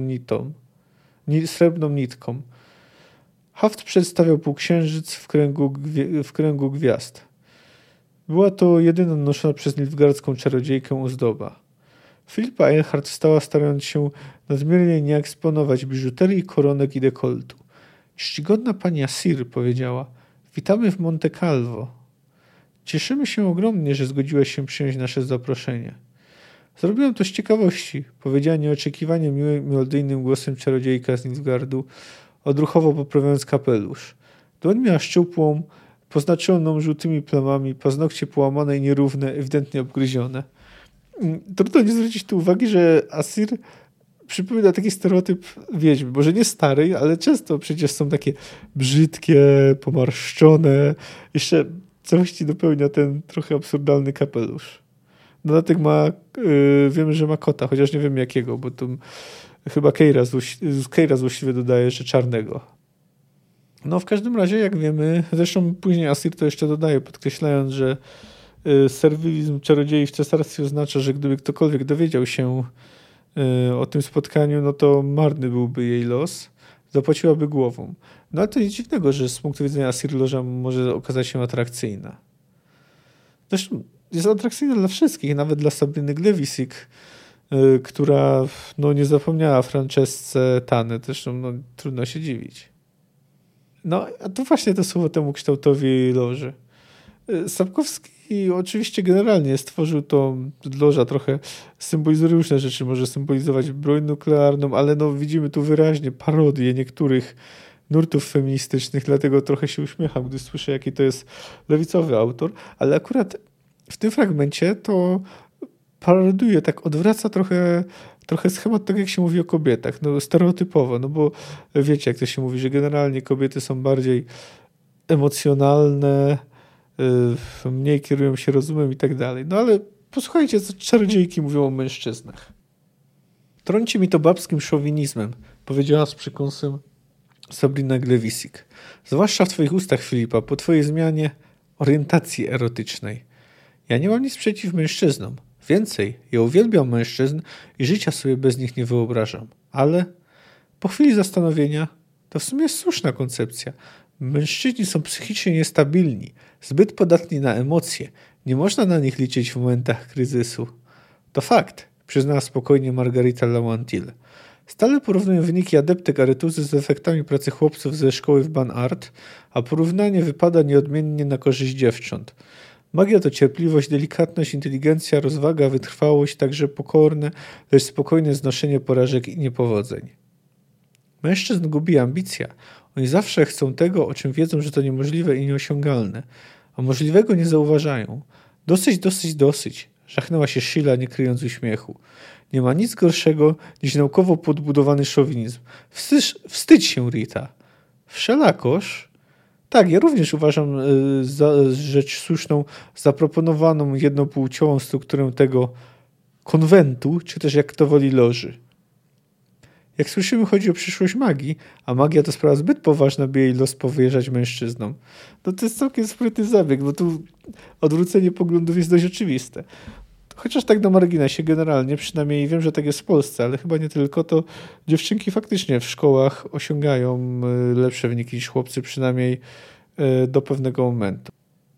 Speaker 1: nitką. Haft przedstawiał półksiężyc w kręgu gwiazd. Była to jedyna noszona przez nilfgaardzką czarodziejkę ozdoba. Filipa Eilhart wstała, starając się nadmiernie nie eksponować biżuterii, koronek i dekoltu. Czcigodna pani Asir, powiedziała, witamy w Monte Calvo. Cieszymy się ogromnie, że zgodziłaś się przyjąć nasze zaproszenie. Zrobiłam to z ciekawości, powiedziała nieoczekiwanie miłym, melodyjnym głosem czarodziejka z Nilfgaardu, odruchowo poprawiając kapelusz. Dłoń miała szczupłą, poznaczoną żółtymi plamami, paznokcie połamane i nierówne, ewidentnie obgryzione. Trudno nie zwrócić tu uwagi, że Asir przypomina taki stereotyp wiedźmy. Może nie starej, ale często przecież są takie brzydkie, pomarszczone. Jeszcze całości dopełnia ten trochę absurdalny kapelusz. Dodatek wiemy, że ma kota, chociaż nie wiem jakiego, bo tu chyba Keira złośliwie dodaje, że czarnego. No w każdym razie, jak wiemy, zresztą później Asir to jeszcze dodaje, podkreślając, że serwilizm czarodziei w cesarstwie oznacza, że gdyby ktokolwiek dowiedział się o tym spotkaniu, no to marny byłby jej los, zapłaciłaby głową. No ale to nic dziwnego, że z punktu widzenia Asir loża może okazać się atrakcyjna. Zresztą jest atrakcyjna dla wszystkich, nawet dla Sabriny Glewisik, która nie zapomniała Francesce Tane. Zresztą trudno się dziwić. No, a to właśnie to słowo temu kształtowi loży. Sapkowski oczywiście generalnie stworzył to, loża trochę symbolizuje różne rzeczy, może symbolizować broń nuklearną, ale widzimy tu wyraźnie parodię niektórych nurtów feministycznych, dlatego trochę się uśmiecham, gdy słyszę, jaki to jest lewicowy autor, ale akurat w tym fragmencie to parodiuje, tak odwraca trochę schemat, tak jak się mówi o kobietach, stereotypowo, bo wiecie, jak to się mówi, że generalnie kobiety są bardziej emocjonalne, mniej kierują się rozumem i tak dalej. No ale posłuchajcie, co czarodziejki mówią o mężczyznach. Trąci mi to babskim szowinizmem, powiedziała z przekąsem Sabrina Glewisik. Zwłaszcza w twoich ustach, Filipa, po twojej zmianie orientacji erotycznej. Ja nie mam nic przeciw mężczyznom. Więcej, ja uwielbiam mężczyzn i życia sobie bez nich nie wyobrażam. Ale po chwili zastanowienia to w sumie jest słuszna koncepcja. Mężczyźni są psychicznie niestabilni, zbyt podatni na emocje. Nie można na nich liczyć w momentach kryzysu. To fakt, przyznała spokojnie Margarita Lawantil. Stale porównuję wyniki adeptek Aretuzy z efektami pracy chłopców ze szkoły w Banart, a porównanie wypada nieodmiennie na korzyść dziewcząt. Magia to cierpliwość, delikatność, inteligencja, rozwaga, wytrwałość, także pokorne, lecz spokojne znoszenie porażek i niepowodzeń. Mężczyzn gubi ambicja. Oni zawsze chcą tego, o czym wiedzą, że to niemożliwe i nieosiągalne, a możliwego nie zauważają. Dosyć, żachnęła się Sheila, nie kryjąc uśmiechu. Nie ma nic gorszego niż naukowo podbudowany szowinizm. Wstydź się, Rita. Wszelakoż... Tak, ja również uważam za rzecz słuszną zaproponowaną jednopłciową strukturę tego konwentu, czy też jak kto woli loży. Jak słyszymy, chodzi o przyszłość magii, a magia to sprawa zbyt poważna, by jej los powierzać mężczyznom. To jest całkiem sprytny zabieg, bo tu odwrócenie poglądów jest dość oczywiste. Chociaż tak na marginesie generalnie, przynajmniej wiem, że tak jest w Polsce, ale chyba nie tylko, to dziewczynki faktycznie w szkołach osiągają lepsze wyniki niż chłopcy, przynajmniej do pewnego momentu.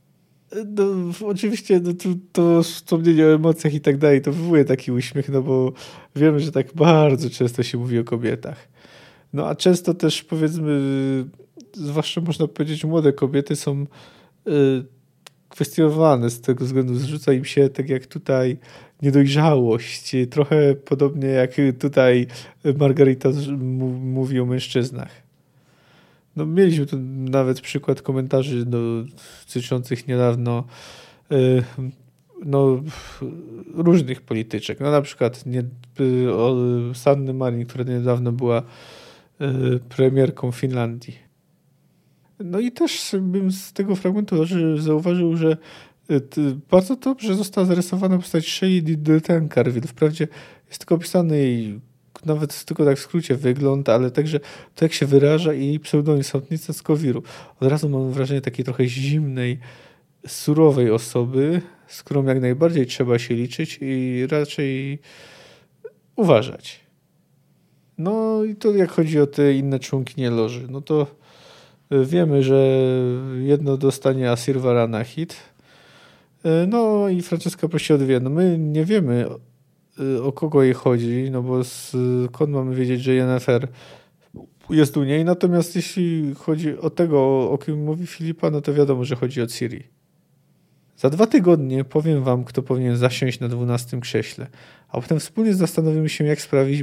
Speaker 1: Oczywiście to wspomnienie o emocjach i tak dalej, to wywołuje taki uśmiech, bo wiemy, że tak bardzo często się mówi o kobietach. A często też powiedzmy, zwłaszcza można powiedzieć, młode kobiety są kwestionowane z tego względu, zrzuca im się, tak jak tutaj niedojrzałość. Trochę podobnie jak tutaj Margarita mówi o mężczyznach. No, mieliśmy tu nawet przykład komentarzy dotyczących niedawno różnych polityczek. No, na przykład Sanny Marin, która niedawno była premierką Finlandii. No i też bym z tego fragmentu zauważył, że bardzo dobrze została zarysowana postać Shelley Tennant-Carville. Wprawdzie jest tylko opisany jej nawet tylko tak w skrócie wygląd, ale także to, jak się wyraża i pseudonim Sądnica z Kowiru. Od razu mam wrażenie takiej trochę zimnej, surowej osoby, z którą jak najbardziej trzeba się liczyć i raczej uważać. No i to jak chodzi o te inne członkinie loży, no to wiemy, że jedno dostanie Asir Varanahit, no i Francesca prosi o dwie. No my nie wiemy, o kogo jej chodzi, no bo skąd mamy wiedzieć, że Yennefer jest u niej, natomiast jeśli chodzi o tego, o kim mówi Filipa, no to wiadomo, że chodzi o Ciri. Za 2 tygodnie powiem wam, kto powinien zasiąść na 12 krześle, a potem wspólnie zastanowimy się, jak sprawić,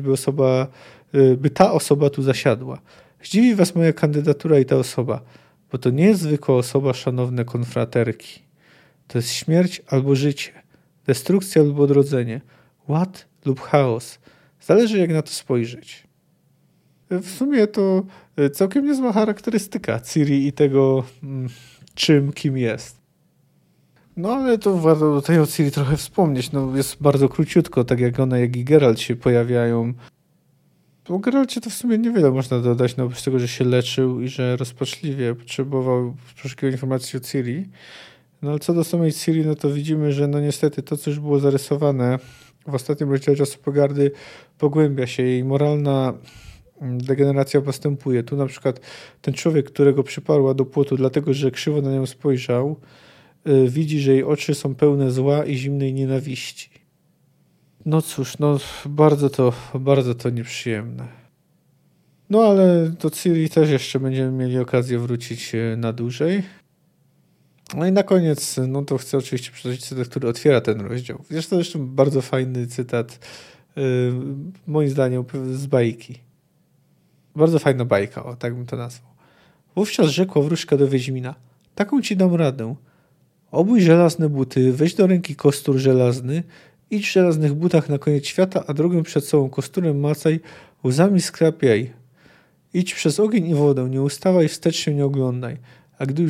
Speaker 1: by ta osoba tu zasiadła. Zdziwi was moja kandydatura i ta osoba, bo to nie jest zwykła osoba, szanowne konfraterki. To jest śmierć albo życie, destrukcja lub odrodzenie, ład lub chaos. Zależy, jak na to spojrzeć. W sumie to całkiem niezła charakterystyka Ciri i tego, kim jest. No ale to warto tutaj o Ciri trochę wspomnieć. No, jest bardzo króciutko, tak jak ona, jak i Geralt się pojawiają. O Geralcie to w sumie niewiele można dodać, no oprócz tego, że się leczył i że rozpaczliwie potrzebował poszukiwać informacji o Ciri. No ale co do samej Ciri, no to widzimy, że no niestety to, co już było zarysowane w ostatnim rozdziale Czasu Pogardy, pogłębia się. Jej moralna degeneracja postępuje. Tu na przykład ten człowiek, którego przyparła do płotu, dlatego że krzywo na nią spojrzał, widzi, że jej oczy są pełne zła i zimnej nienawiści. No cóż, no bardzo to nieprzyjemne. No ale do Ciri też jeszcze będziemy mieli okazję wrócić na dłużej. No i na koniec, no to chcę oczywiście przytoczyć cytat, który otwiera ten rozdział. Jest to zresztą bardzo fajny cytat, moim zdaniem, z bajki. Bardzo fajna bajka, o tak bym to nazwał. Wówczas rzekła wróżka do Wiedźmina: taką ci dam radę. Obój żelazne buty, weź do ręki kostur żelazny, idź w żelaznych butach na koniec świata, a drogę przed sobą kosturem macaj, łzami skrapiaj. Idź przez ogień i wodę, nie ustawaj, wstecz się nie oglądaj. A gdy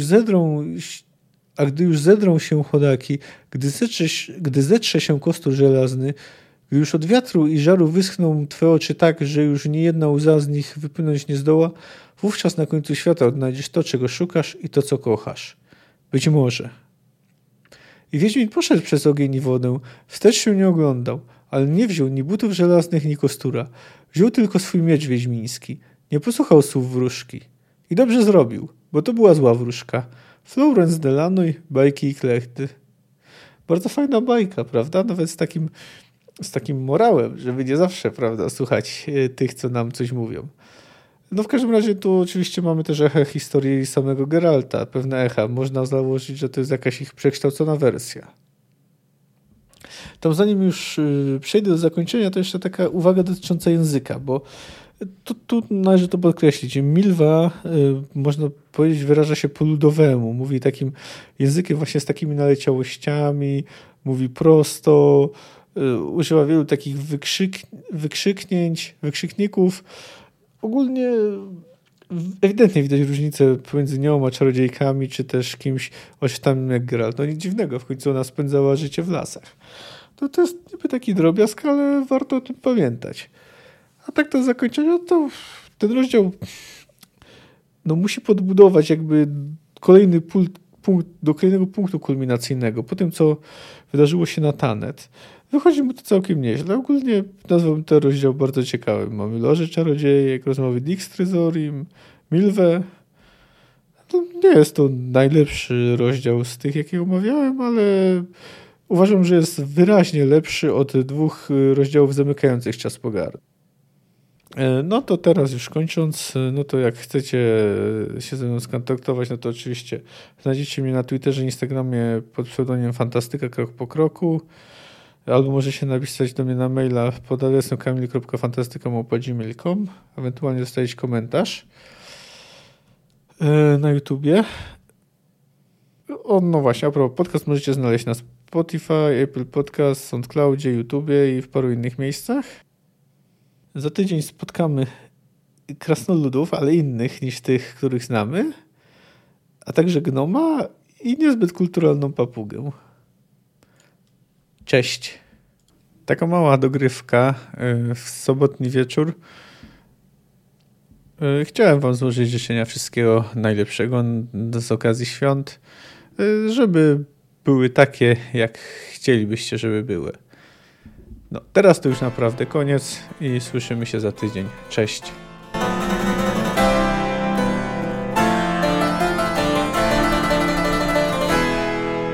Speaker 1: już zedrą się chodaki, gdy zetrze się kostur żelazny, gdy już od wiatru i żaru wyschną twe oczy tak, że już nie jedna łza z nich wypłynąć nie zdoła, wówczas na końcu świata odnajdziesz to, czego szukasz i to, co kochasz. Być może. I Wiedźmin poszedł przez ogień i wodę, wstecz się nie oglądał, ale nie wziął ni butów żelaznych, ni kostura. Wziął tylko swój miecz wiedźmiński. Nie posłuchał słów wróżki. I dobrze zrobił, bo to była zła wróżka. Florence Delanoy, bajki i klechty. Bardzo fajna bajka, prawda? Nawet z takim morałem, żeby nie zawsze, prawda, słuchać tych, co nam coś mówią. No w każdym razie tu oczywiście mamy też echa historii samego Geralta, pewne echa. Można założyć, że to jest jakaś ich przekształcona wersja. Tam zanim już przejdę do zakończenia, to jeszcze taka uwaga dotycząca języka, bo tu należy to podkreślić. Milwa, można powiedzieć, wyraża się po ludowemu. Mówi takim językiem właśnie z takimi naleciałościami, mówi prosto, używa wielu takich wykrzykników. Ogólnie ewidentnie widać różnicę pomiędzy nią a czarodziejkami, czy też kimś oświetlanym jak Geralt. No nic dziwnego, w końcu ona spędzała życie w lasach. To jest niby taki drobiazg, ale warto o tym pamiętać. A tak do zakończenia, to ten rozdział musi podbudować jakby kolejny punkt do kolejnego punktu kulminacyjnego. Po tym, co wydarzyło się na Tannet, wychodzi mu to całkiem nieźle. Ogólnie nazwałbym ten rozdział bardzo ciekawym. Mamy Loże Czarodziejek, rozmowy Dijkstryzorim, Milwę. Nie jest to najlepszy rozdział z tych, jakie omawiałem, ale uważam, że jest wyraźnie lepszy od 2 rozdziałów zamykających Czas Pogardy. No to teraz już kończąc, no to jak chcecie się ze mną skontaktować, no to oczywiście znajdziecie mnie na Twitterze, Instagramie pod pseudonimem Fantastyka Krok po Kroku. Albo możecie napisać do mnie na maila pod adresem kamil.fantastyka@gmail.com, ewentualnie zostawić komentarz na YouTubie. No właśnie, a propos, podcast możecie znaleźć na Spotify, Apple Podcast, SoundCloudzie, YouTubie i w paru innych miejscach. Za tydzień spotkamy krasnoludów, ale innych niż tych, których znamy, a także gnoma i niezbyt kulturalną papugę. Cześć. Taka mała dogrywka w sobotni wieczór. Chciałem wam złożyć życzenia wszystkiego najlepszego z okazji świąt, żeby były takie, jak chcielibyście, żeby były. No, teraz to już naprawdę koniec i słyszymy się za tydzień. Cześć.